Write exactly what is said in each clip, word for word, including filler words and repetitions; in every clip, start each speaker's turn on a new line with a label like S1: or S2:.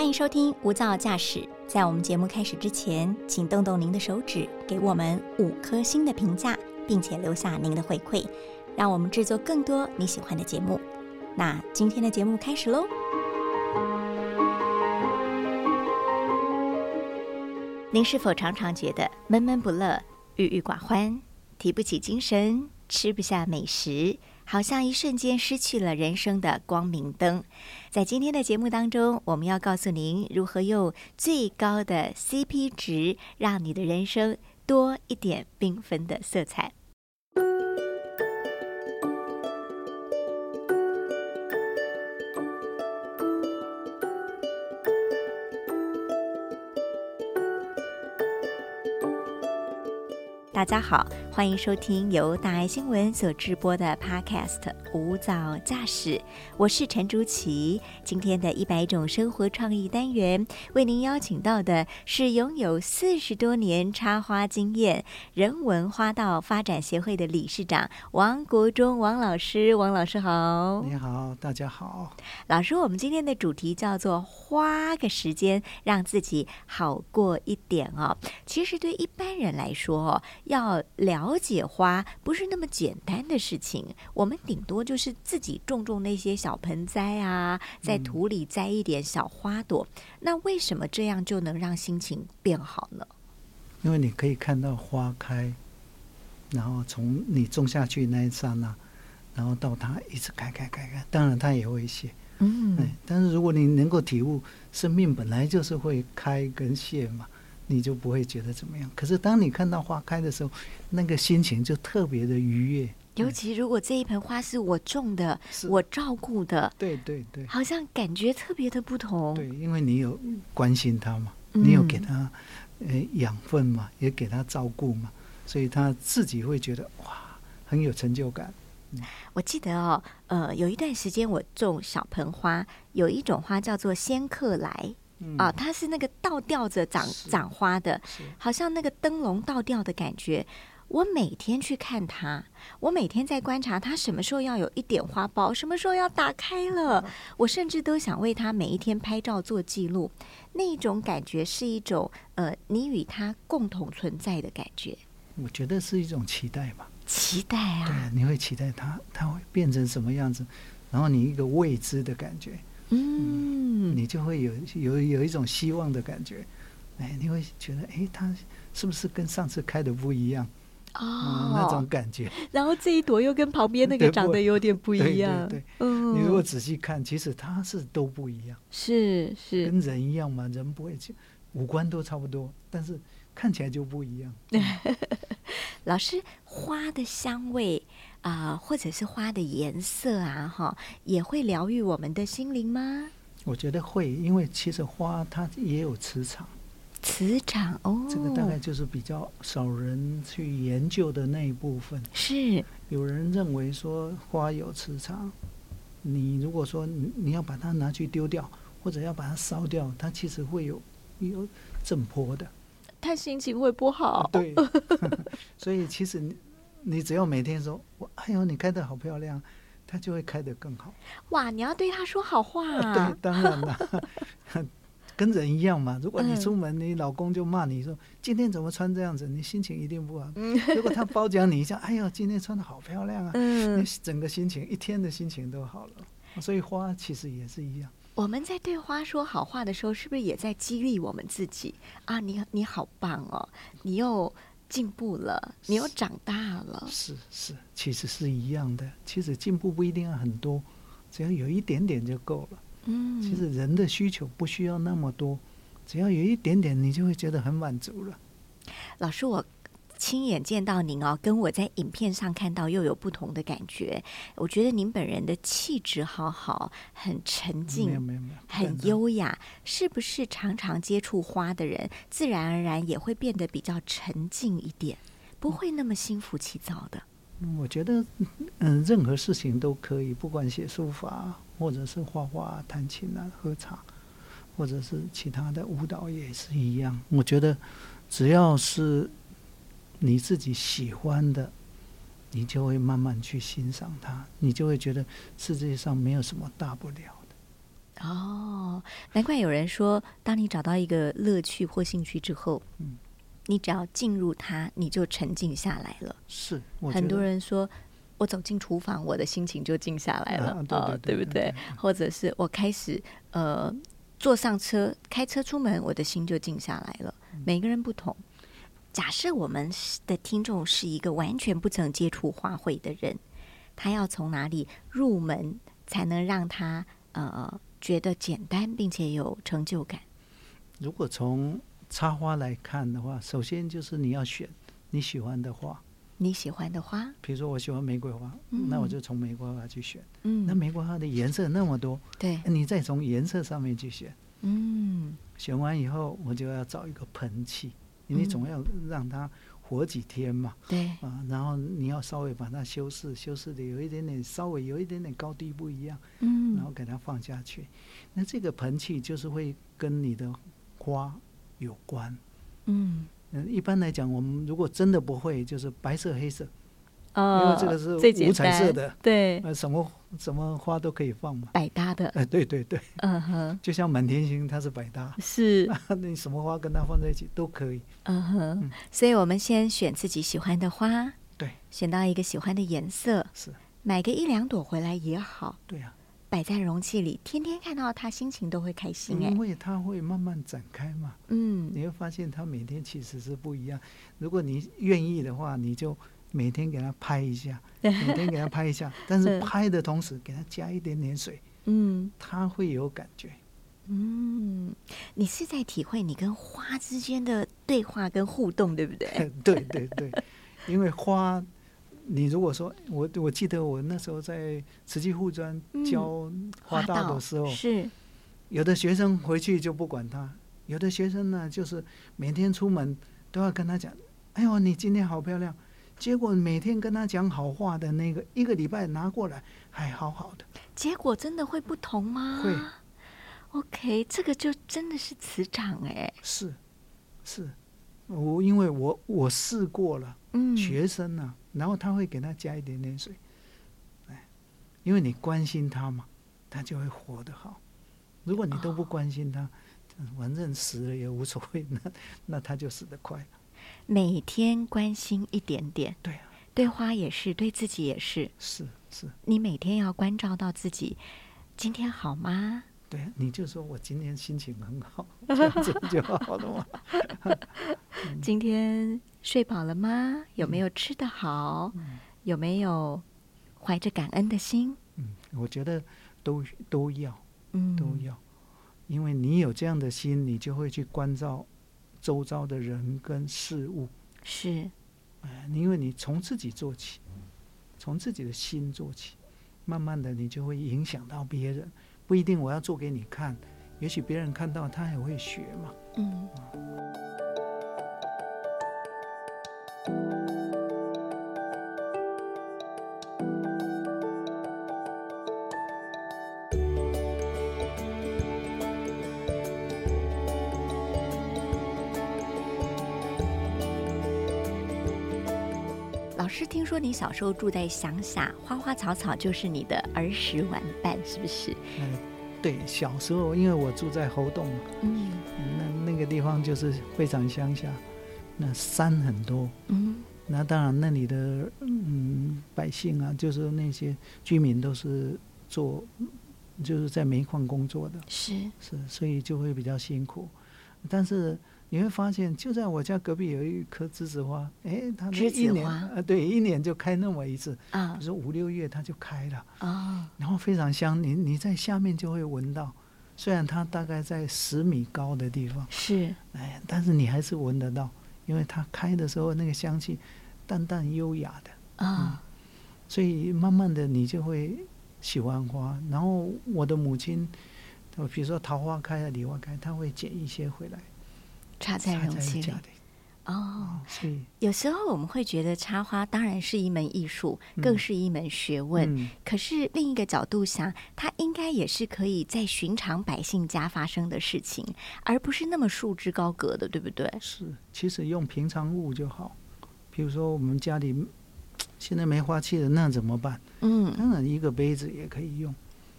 S1: 欢迎收听无噪驾驶。在我们节目开始之前，请动动您的手指，给我们五颗星的评价，并且留下您的回馈，让我们制作更多你喜欢的节目。那今天的节目开始咯。您是否常常觉得闷闷不乐、郁郁寡欢、提不起精神、吃不下美食，好像一瞬间失去了人生的光明灯？在今天的节目当中，我们要告诉您如何用最高的 C P 值，让你的人生多一点缤纷的色彩。大家好，欢迎收听由大爱新闻所制播的 Podcast 无噪驾驶，我是陈竹琪。今天的一百种生活创意单元，为您邀请到的是拥有四十多年插花经验、人文花道发展协会的理事长王国忠王老师。王老师好。
S2: 你好，大家好。
S1: 老师，我们今天的主题叫做花个时间让自己好过一点哦。其实对一般人来说哦，要了解花不是那么简单的事情，我们顶多就是自己种种那些小盆栽啊，在土里栽一点小花朵、嗯、那为什么这样就能让心情变好呢？
S2: 因为你可以看到花开，然后从你种下去那一刹那，然后到它一直开开开开，当然它也会谢，嗯，但是如果你能够体悟生命本来就是会开跟谢嘛，你就不会觉得怎么样。可是当你看到花开的时候，那个心情就特别的愉悦，
S1: 尤其如果这一盆花是我种的，我照顾的，
S2: 对对对，
S1: 好像感觉特别的不同。
S2: 对，因为你有关心它嘛，你有给它、呃、养分嘛，也给它照顾嘛，所以它自己会觉得哇，很有成就感。嗯、
S1: 我记得哦，呃，有一段时间我种小盆花，有一种花叫做仙客来。嗯、啊，它是那个倒吊着长长花的，好像那个灯笼倒吊的感觉。我每天去看它，我每天在观察它什么时候要有一点花苞，什么时候要打开了。我甚至都想为它每一天拍照做记录。那一种感觉是一种呃，你与它共同存在的感觉。
S2: 我觉得是一种期待吧。
S1: 期待啊！
S2: 对，你会期待它，它会变成什么样子，然后你一个未知的感觉。嗯，你就会有有有一种希望的感觉，哎，你会觉得，哎，它是不是跟上次开的不一样？哦、嗯，那种感觉。
S1: 然后这一朵又跟旁边那个长得有点不一样。
S2: 对对对，嗯，你如果仔细看，其实它是都不一样。
S1: 是是，
S2: 跟人一样嘛，人不会五官都差不多，但是看起来就不一样。
S1: 老师，花的香味啊、呃，或者是花的颜色啊，哈，也会疗愈我们的心灵吗？
S2: 我觉得会，因为其实花它也有磁场。
S1: 磁场哦，
S2: 这个大概就是比较少人去研究的那一部分。
S1: 是，
S2: 有人认为说花有磁场，你如果说 你, 你要把它拿去丢掉，或者要把它烧掉，它其实会有有震波的。
S1: 他心情会不好。
S2: 对，所以其实 你, 你只要每天说哎呦你开得好漂亮，它就会开得更好。
S1: 哇，你要对他说好话啊。
S2: 对，当然了。跟人一样嘛，如果你出门、嗯、你老公就骂你说今天怎么穿这样子，你心情一定不好、嗯、如果他褒奖你一下，哎呦今天穿得好漂亮啊、嗯、你整个心情一天的心情都好了。所以花其实也是一样，
S1: 我们在对花说好话的时候，是不是也在激励我们自己啊？你你好棒哦，你又进步了，你又长大了。
S2: 是是，其实是一样的。其实进步不一定要很多，只要有一点点就够了。嗯，其实人的需求不需要那么多，只要有一点点，你就会觉得很满足了。
S1: 老师，我亲眼见到您哦，跟我在影片上看到又有不同的感觉。我觉得您本人的气质好好，很沉静，
S2: 没有没有没有，
S1: 很优雅。是不是常常接触花的人，自然而然也会变得比较沉静一点，不会那么心浮气躁的？
S2: 我觉得，嗯，任何事情都可以，不管写书法，或者是画画、弹琴啊、喝茶，或者是其他的舞蹈也是一样。我觉得，只要是你自己喜欢的，你就会慢慢去欣赏它，你就会觉得世界上没有什么大不了的。
S1: 哦， 难怪有人说，当你找到一个乐趣或兴趣之后，嗯，你只要进入它，你就沉静下来了。
S2: 是，
S1: 很多人说，我走进厨房，我的心情就静下来了，啊，对对 对, 对, 对, 对不对？或者是我开始呃坐上车，开车出门，我的心就静下来了。嗯、每个人不同。假设我们的听众是一个完全不曾接触花卉的人，他要从哪里入门，才能让他呃觉得简单并且有成就感？
S2: 如果从插花来看的话，首先就是你要选你喜欢的花。
S1: 你喜欢的花，
S2: 比如说我喜欢玫瑰花，嗯、那我就从玫瑰花去选。
S1: 嗯，
S2: 那玫瑰花的颜色那么多，
S1: 对，
S2: 你再从颜色上面去选。
S1: 嗯，
S2: 选完以后，我就要找一个盆器，你总要让它活几天嘛。
S1: 对、
S2: 嗯、啊，然后你要稍微把它修饰，修饰的有一点点，稍微有一点点高低不一样。嗯，然后给它放下去。那这个盆器就是会跟你的花有关。嗯。一般来讲，我们如果真的不会，就是白色、黑色，哦、因为这个是无彩色的，
S1: 对，
S2: 呃，什么什么花都可以放嘛，
S1: 百搭的，
S2: 呃，对对对，
S1: 嗯哼，
S2: 就像满天星，它是百搭，
S1: 是，
S2: 你什么花跟它放在一起都可以，
S1: 嗯哼，嗯，所以我们先选自己喜欢的花，
S2: 对，
S1: 选到一个喜欢的颜色，
S2: 是，
S1: 买个一两朵回来也好，
S2: 对呀、啊。
S1: 摆在容器里，天天看到它，心情都会开心哎、
S2: 欸，因为它会慢慢展开嘛。嗯，你会发现它每天其实是不一样。如果你愿意的话，你就每天给它拍一下，每天给它拍一下。但是拍的同时，给它加一点点水，嗯，它会有感觉。
S1: 嗯，你是在体会你跟花之间的对话跟互动，对不对？
S2: 对对对，因为花。你如果说我我记得我那时候在慈济护专教花道的时候、
S1: 嗯、是
S2: 有的学生回去就不管他，有的学生呢就是每天出门都要跟他讲，哎呦你今天好漂亮，结果每天跟他讲好话的那个一个礼拜拿过来还好好的，
S1: 结果真的会不同吗？
S2: 会
S1: OK， 这个就真的是磁场哎，
S2: 是是我因为我我试过了、嗯、学生啊，然后他会给他加一点点水，哎，因为你关心他嘛，他就会活得好。如果你都不关心他，哦、反正死了也无所谓，那那他就死得快了。
S1: 每天关心一点点，
S2: 对啊，
S1: 对花也是，对自己也是。
S2: 是是，
S1: 你每天要关照到自己，今天好吗？
S2: 对，你就说我今天心情很好，这样子就好了嘛。
S1: 嗯、今天睡饱了吗？有没有吃得好？嗯、有没有怀着感恩的心？
S2: 嗯，我觉得都都要，嗯，都要，因为你有这样的心，你就会去关照周遭的人跟事物。
S1: 是，
S2: 哎，因为你从自己做起，从自己的心做起，慢慢的你就会影响到别人。不一定我要做给你看，也许别人看到他也会学嘛。嗯。
S1: 老师，听说你小时候住在乡下，花花草草就是你的儿时玩伴，是不是？
S2: 嗯，对，小时候因为我住在猴洞嘛，嗯，那那个地方就是非常乡下，那山很多，嗯，那当然那里的嗯百姓啊，就是那些居民都是做，就是在煤矿工作的，
S1: 是
S2: 是，所以就会比较辛苦，但是。你会发现，就在我家隔壁有一棵栀子花，哎，它的一年啊，对，一年就开那么一次，啊，比如说五六月它就开了，啊，然后非常香，你你在下面就会闻到，虽然它大概在十米高的地方，
S1: 是，
S2: 哎，但是你还是闻得到，因为它开的时候那个香气淡淡优雅的，啊，嗯，所以慢慢的你就会喜欢花。然后我的母亲，比如说桃花开了、梨花开，她会捡一些回来。
S1: 插在容器里哦，有时候我们会觉得插花当然是一门艺术，嗯、更是一门学问。嗯、可是另一个角度想，它应该也是可以在寻常百姓家发生的事情，而不是那么束之高阁的，对不对？
S2: 是，其实用平常物就好。比如说我们家里现在没花器的，那怎么办？嗯，当然一个杯子也可以用。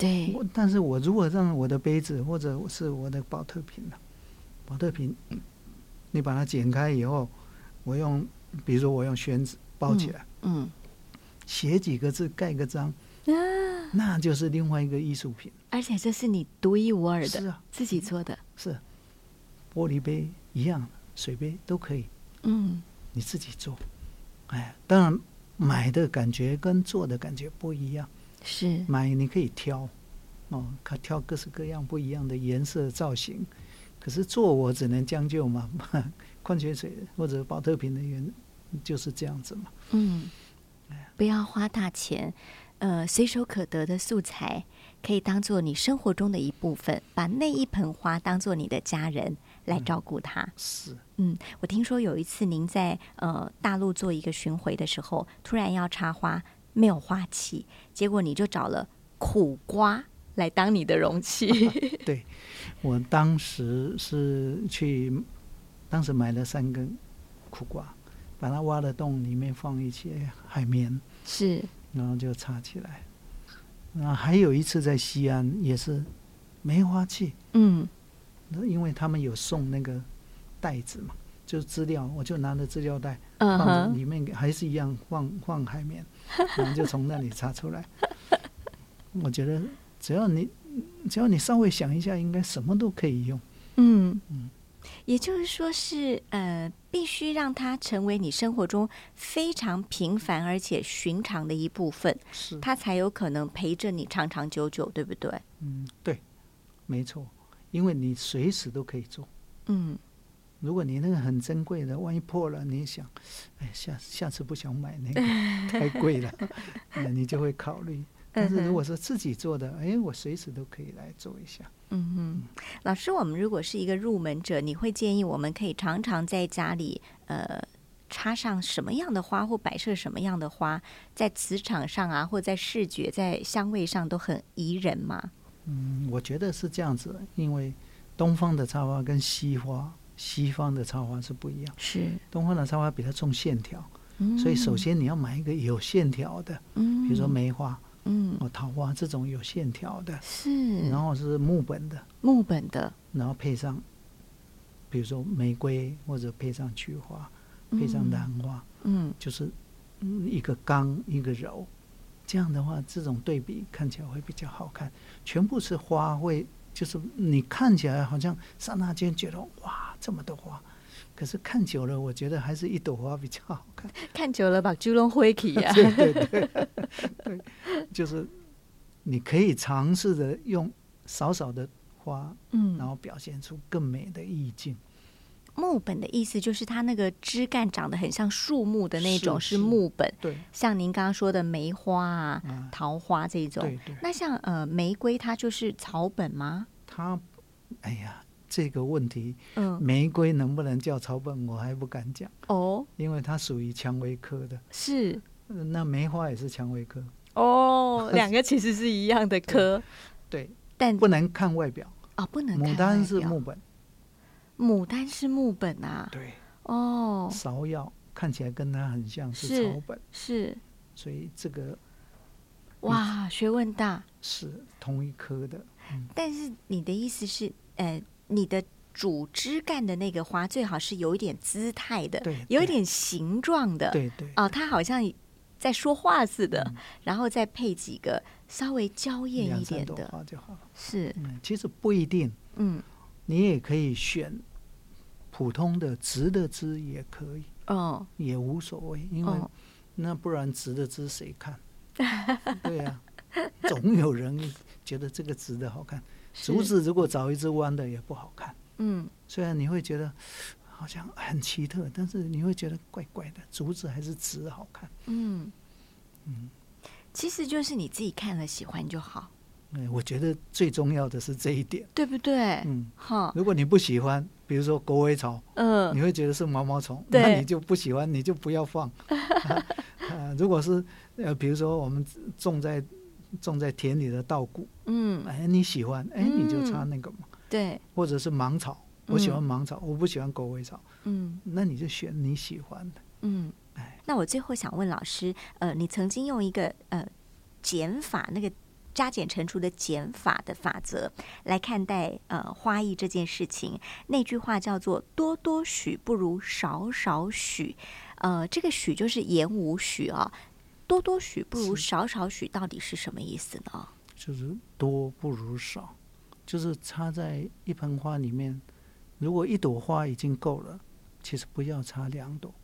S1: 对。
S2: 但是我如果让我的杯子或者是我的保特瓶呢，保特瓶你把它剪开以后，我用比如说我用宣纸包起来，嗯，写几个字盖个章，啊，那就是另外一个艺术品。
S1: 而且这是你独一无二的，
S2: 是啊，
S1: 自己做的。
S2: 是玻璃杯一样，水杯都可以，嗯，你自己做。哎，当然买的感觉跟做的感觉不一样。
S1: 是
S2: 买你可以挑哦，挑各式各样不一样的颜色造型。可是做我只能将就嘛，矿泉水或者保特瓶的原就是这样子嘛。嗯，
S1: 不要花大钱，呃，随手可得的素材可以当做你生活中的一部分，把那一盆花当做你的家人来照顾它。嗯、
S2: 是，
S1: 嗯，我听说有一次您在呃大陆做一个巡回的时候，突然要插花，没有花器，结果你就找了苦瓜来当你的容器。
S2: 对，我当时是去，当时买了三根苦瓜，把它挖了洞，里面放一些海绵，
S1: 是，
S2: 然后就插起来。那还有一次在西安也是没花器，嗯，因为他们有送那个袋子嘛，就是资料，我就拿着资料袋放着，里面还是一样放放海绵，然后就从那里插出来。我觉得只要你只要你稍微想一下，应该什么都可以用。嗯
S1: 嗯，也就是说是呃，必须让它成为你生活中非常平凡而且寻常的一部分，
S2: 是
S1: 它才有可能陪着你长长久久，对不对？
S2: 嗯，对，没错，因为你随时都可以做。嗯，如果你那个很珍贵的，万一破了，你想，哎，下下次不想买那个，太贵了，那你就会考虑。但是如果是自己做的，哎，我随时都可以来做一下。
S1: 嗯哼，老师，我们如果是一个入门者，你会建议我们可以常常在家里呃插上什么样的花，或摆设什么样的花，在磁场上啊，或在视觉、在香味上都很宜人吗？
S2: 嗯，我觉得是这样子，因为东方的插花跟西花、西方的插花是不一样。
S1: 是，
S2: 东方的插花比较重线条，嗯、所以首先你要买一个有线条的，嗯、比如说梅花。嗯，哦，桃花这种有线条的，
S1: 是，
S2: 然后是木本的，
S1: 木本的，
S2: 然后配上，比如说玫瑰或者配上菊花，嗯、配上兰花，嗯，就是一个刚一个柔，这样的话，这种对比看起来会比较好看。全部是花，会就是你看起来好像刹那间觉得哇，这么多花。可是看久了，我觉得还是一朵花比较好看。
S1: 看久了，把猪笼灰起呀。
S2: 对对对，对，就是你可以尝试着用少少的花，嗯，然后表现出更美的意境。
S1: 木本的意思就是它那个枝干长得很像树木的那种，是木本。
S2: 对，
S1: 像您刚刚说的梅花啊、嗯、桃花这种。
S2: 对对。
S1: 那像呃玫瑰，它就是草本吗？
S2: 它，哎呀。这个问题，嗯，玫瑰能不能叫草本，我还不敢讲哦，因为它属于蔷薇科的。
S1: 是，
S2: 那梅花也是蔷薇科。
S1: 哦，两个其实是一样的科。
S2: 对，
S1: 但
S2: 不能看外表。
S1: 哦，不能看外表。
S2: 牡丹是木本。
S1: 牡丹是木本啊。
S2: 对。
S1: 哦。
S2: 芍药看起来跟它很像是草本。
S1: 是。
S2: 所以这个，
S1: 哇，学问大。
S2: 是同一科的。
S1: 嗯、但是你的意思是，呃。你的主枝干的那个花最好是有一点姿态的，
S2: 对，
S1: 有一点形状的，
S2: 对对
S1: 哦，它好像在说话似的，嗯、然后再配几个稍微娇艳一点的，
S2: 两三朵花就好了。
S1: 是、
S2: 嗯，其实不一定，嗯，你也可以选普通的直的枝也可以，哦，也无所谓，因为、哦、那不然直的枝谁看？对啊，总有人觉得这个直的好看。竹子如果找一只弯的也不好看，嗯，虽然你会觉得好像很奇特，但是你会觉得怪怪的，竹子还是直好看。嗯
S1: 嗯，其实就是你自己看了喜欢就好。
S2: 嗯，我觉得最重要的是这一点，
S1: 对不对？
S2: 嗯，哈，如果你不喜欢，比如说狗尾草，嗯，你会觉得是毛毛虫，那你就不喜欢，你就不要放。啊啊、如果是呃，比如说我们种在。种在田里的稻谷，嗯，哎，你喜欢，哎，你就插那个嘛，
S1: 嗯、对，
S2: 或者是芒草，我喜欢芒草，嗯、我不喜欢狗尾草，嗯，那你就选你喜欢的，
S1: 嗯，哎，那我最后想问老师，呃，你曾经用一个呃减法那个加减乘除的减法的法则来看待呃花艺这件事情。那句话叫做多多许不如少少许，呃，这个许就是言无许啊，多多许不如少少许，到底是什么意思呢？
S2: 就是多不如少，就是插在一盆花里面，如果一朵花已经够了，其实不要插两朵。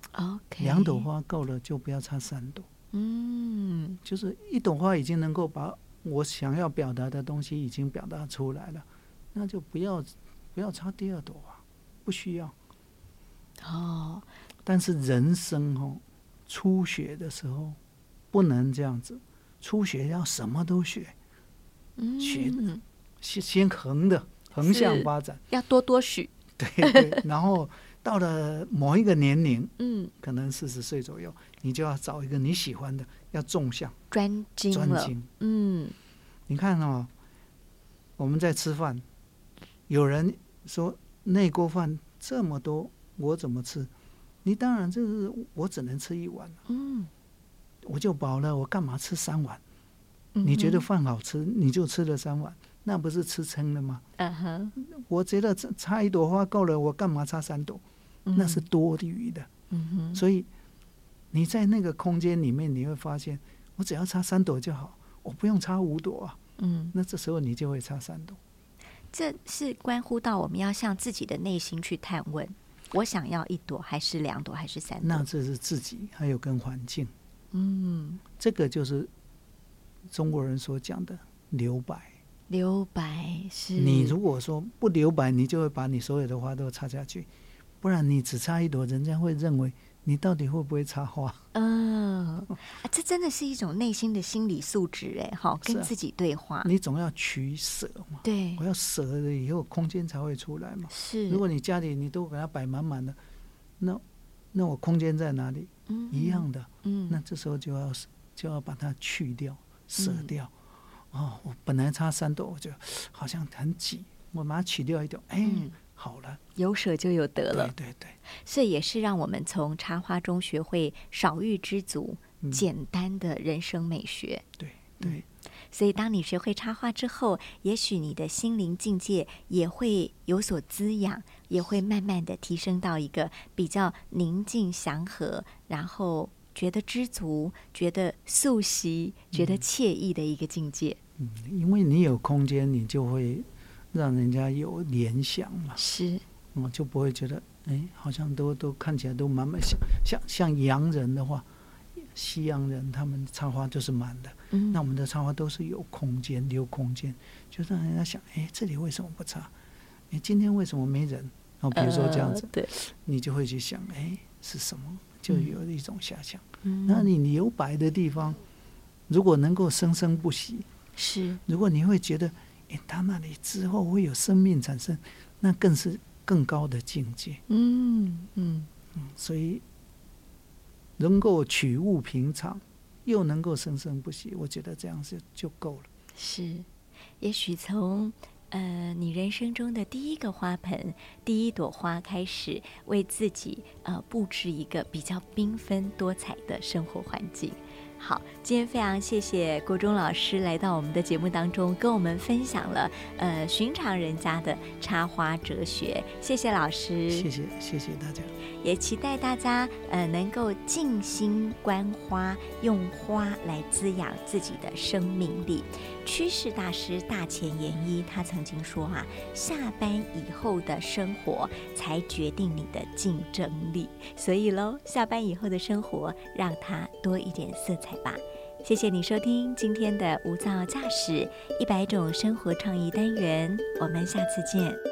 S1: OK，
S2: 两朵花够了就不要插三朵。
S1: 嗯，
S2: 就是一朵花已经能够把我想要表达的东西已经表达出来了，那就不要不要插第二朵花，不需要。
S1: 哦，
S2: 但是人生哦，初学的时候不能这样子，初学要什么都学，
S1: 嗯，
S2: 学先先横的横向发展，
S1: 要多多许。
S2: 对对，然后到了某一个年龄，
S1: 嗯，
S2: 可能四十岁左右，你就要找一个你喜欢的，要纵向
S1: 专精了。
S2: 专精。
S1: 嗯，
S2: 你看哦，我们在吃饭，有人说那锅饭这么多，我怎么吃？你当然就是我只能吃一碗，
S1: 嗯，
S2: 我就饱了，我干嘛吃三碗？
S1: 嗯，
S2: 你觉得饭好吃，你就吃了三碗，那不是吃撑了吗？
S1: 嗯哼，
S2: 我觉得插一朵花够了，我干嘛插三朵？
S1: 嗯，
S2: 那是多余的。
S1: 嗯哼，
S2: 所以你在那个空间里面，你会发现，我只要插三朵就好，我不用插五朵啊。
S1: 嗯，
S2: 那这时候你就会插三朵。
S1: 这是关乎到我们要向自己的内心去探问，我想要一朵还是两朵还是三朵？
S2: 那这是自己，还有跟环境。
S1: 嗯，
S2: 这个就是中国人所讲的留白。
S1: 留白是
S2: 你如果说不留白，你就会把你所有的花都插下去，不然你只插一朵，人家会认为你到底会不会插花？
S1: 嗯、啊，这真的是一种内心的心理素质哎，哈，跟自己对话。
S2: 你总要取舍嘛，
S1: 对，
S2: 我要舍了以后，空间才会出来嘛。
S1: 是，
S2: 如果你家里你都给它摆满满的，那那我空间在哪里？
S1: 嗯，
S2: 一样的，
S1: 嗯，
S2: 那这时候就要就要把它去掉，舍掉。嗯哦，我本来插三朵，我就好像很挤，我把它取掉一朵，哎、嗯，好了，
S1: 有舍就有得了。
S2: 对对对，
S1: 这也是让我们从插花中学会少欲知足、嗯、简单的人生美学。
S2: 对对、嗯，
S1: 所以当你学会插花之后，也许你的心灵境界也会有所滋养，也会慢慢的提升到一个比较宁静祥和，然后觉得知足、觉得素习、觉得惬意的一个境界。
S2: 嗯，因为你有空间，你就会让人家有联想嘛，
S1: 是，
S2: 我、嗯、就不会觉得，哎，好像都都看起来都满满，像像像洋人的话，西洋人他们插花就是满的，嗯，那我们的插花都是有空间，留空间，就让人家想，哎，这里为什么不插？哎，今天为什么没人？然后比如说这样子，
S1: 呃、对，
S2: 你就会去想，哎，是什么？就有一种遐想。
S1: 嗯，
S2: 那你留白的地方，如果能够生生不息。
S1: 是，
S2: 如果你会觉得，哎，他那里之后会有生命产生，那更是更高的境界。
S1: 嗯嗯
S2: 嗯，所以能够取物平常，又能够生生不息，我觉得这样是就够了。
S1: 是，也许从呃你人生中的第一个花盆、第一朵花开始，为自己呃布置一个比较缤纷多彩的生活环境。好，今天非常谢谢国中老师来到我们的节目当中，跟我们分享了呃寻常人家的插花哲学。谢谢老师，
S2: 谢谢谢谢大家，
S1: 也期待大家呃能够静心观花，用花来滋养自己的生命力。趋势大师大前研一他曾经说啊，下班以后的生活才决定你的竞争力。所以咯，下班以后的生活让它多一点色彩吧。谢谢你收听今天的无噪驾驶一百种生活创意单元，我们下次见。